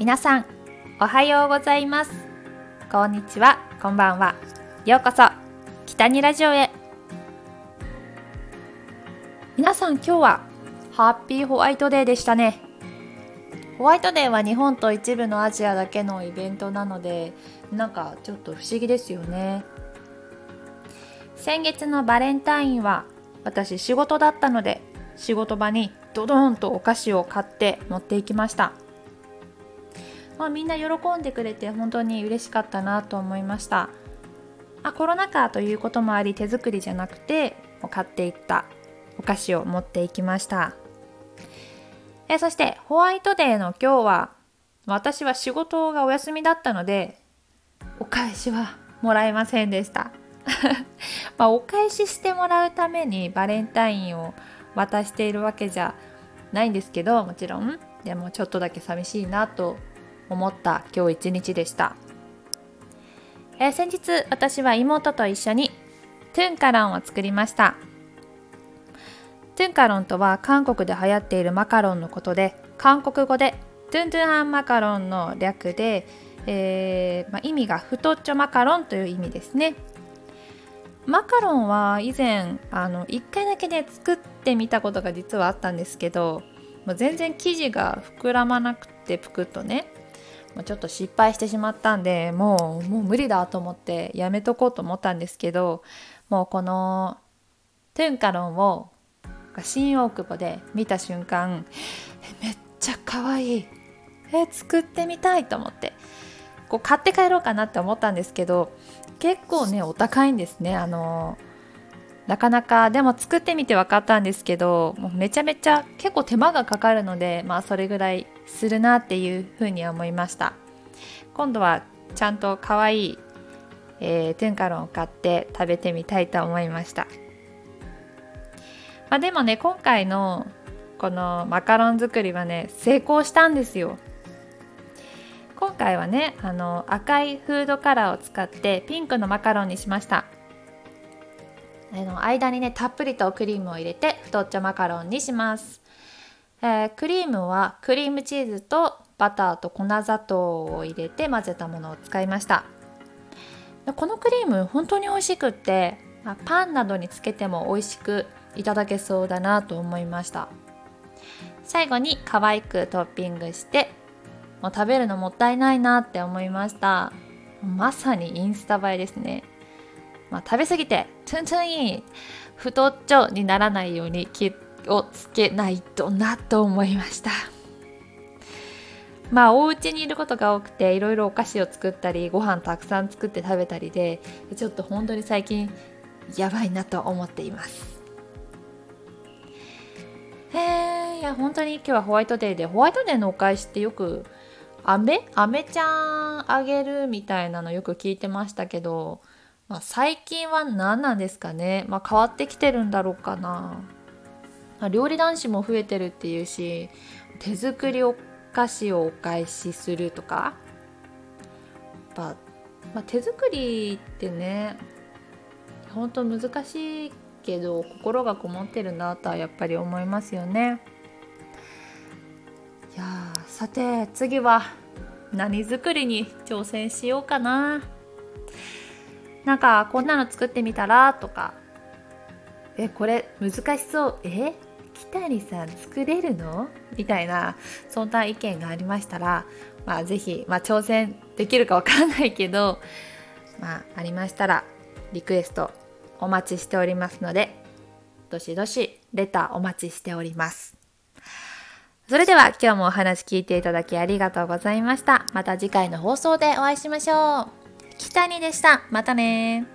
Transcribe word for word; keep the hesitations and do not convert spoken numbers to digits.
皆さんおはようございます。こんにちは、こんばんは。ようこそ北にラジオへ。皆さん今日はハッピーホワイトデーでしたね。ホワイトデーは日本と一部のアジアだけのイベントなので、なんかちょっと不思議ですよね。先月のバレンタインは私仕事だったので、仕事場にドドーンとお菓子を買って持っていきました。まあ、みんな喜んでくれて本当に嬉しかったなと思いました。あコロナ禍ということもあり、手作りじゃなくて買っていったお菓子を持っていきました。えそしてホワイトデーの今日は私は仕事がお休みだったので、お返しはもらえませんでしたまあお返ししてもらうためにバレンタインを渡しているわけじゃないんですけど、もちろんでもちょっとだけ寂しいなと思った今日一日でした。えー、先日私は妹と一緒にトゥンカロンを作りました。トゥンカロンとは韓国で流行っているマカロンのことで、韓国語でトゥントゥンハンマカロンの略で、えーまあ、意味が太っちょマカロンという意味ですね。マカロンは以前あのいっかいだけで作ってみたことが実はあったんですけど、もう全然生地が膨らまなくてぷくっとね、もうちょっと失敗してしまったんで、もうもう無理だと思ってやめとこうと思ったんですけど、もうこのトゥンカロンを新大久保で見た瞬間、えめっちゃ可愛い、え作ってみたいと思ってこう買って帰ろうかなって思ったんですけど、結構ねお高いんですね。あのなかなか、でも作ってみて分かったんですけど、もうめちゃめちゃ結構手間がかかるので、まあそれぐらいするなっていうふうには思いました。今度はちゃんと可愛い、えー、トゥンカロンを買って食べてみたいと思いました。まあ、でもね、今回のこのマカロン作りはね成功したんですよ。今回はねあの赤いフードカラーを使ってピンクのマカロンにしました。あの間にねたっぷりとクリームを入れて太っちょマカロンにします。えー、クリームはクリームチーズとバターと粉砂糖を入れて混ぜたものを使いました。このクリーム本当に美味しくって、まあ、パンなどにつけても美味しくいただけそうだなと思いました。最後に可愛くトッピングして、もう食べるのもったいないなって思いました。まさにインスタ映えですね。まあ、食べ過ぎてトゥントゥンイン太っちょにならないように気をつけないとなと思いました。まあお家にいることが多くて、いろいろお菓子を作ったりご飯たくさん作って食べたりで、ちょっと本当に最近やばいなと思っています。へーいや本当に今日はホワイトデーで、ホワイトデーのお返しってよく飴飴ちゃんあげるみたいなのよく聞いてましたけど、まあ、最近は何なんですかね。まあ、変わってきてるんだろうかな。まあ、料理男子も増えてるっていうし、手作りお菓子をお返しするとか、やっぱ、まあ、手作りってね本当難しいけど心がこもってるなとはやっぱり思いますよね。いやさて次は何作りに挑戦しようかな。なんかこんなの作ってみたらとか、えこれ難しそう、え北谷さん作れるのみたいな、そんな意見がありましたら、まあぜひ、まあ、挑戦できるかわからないけど、まあありましたらリクエストお待ちしておりますので、どしどしレターお待ちしております。それでは今日もお話聞いていただきありがとうございました。また次回の放送でお会いしましょう。北にでした。またね。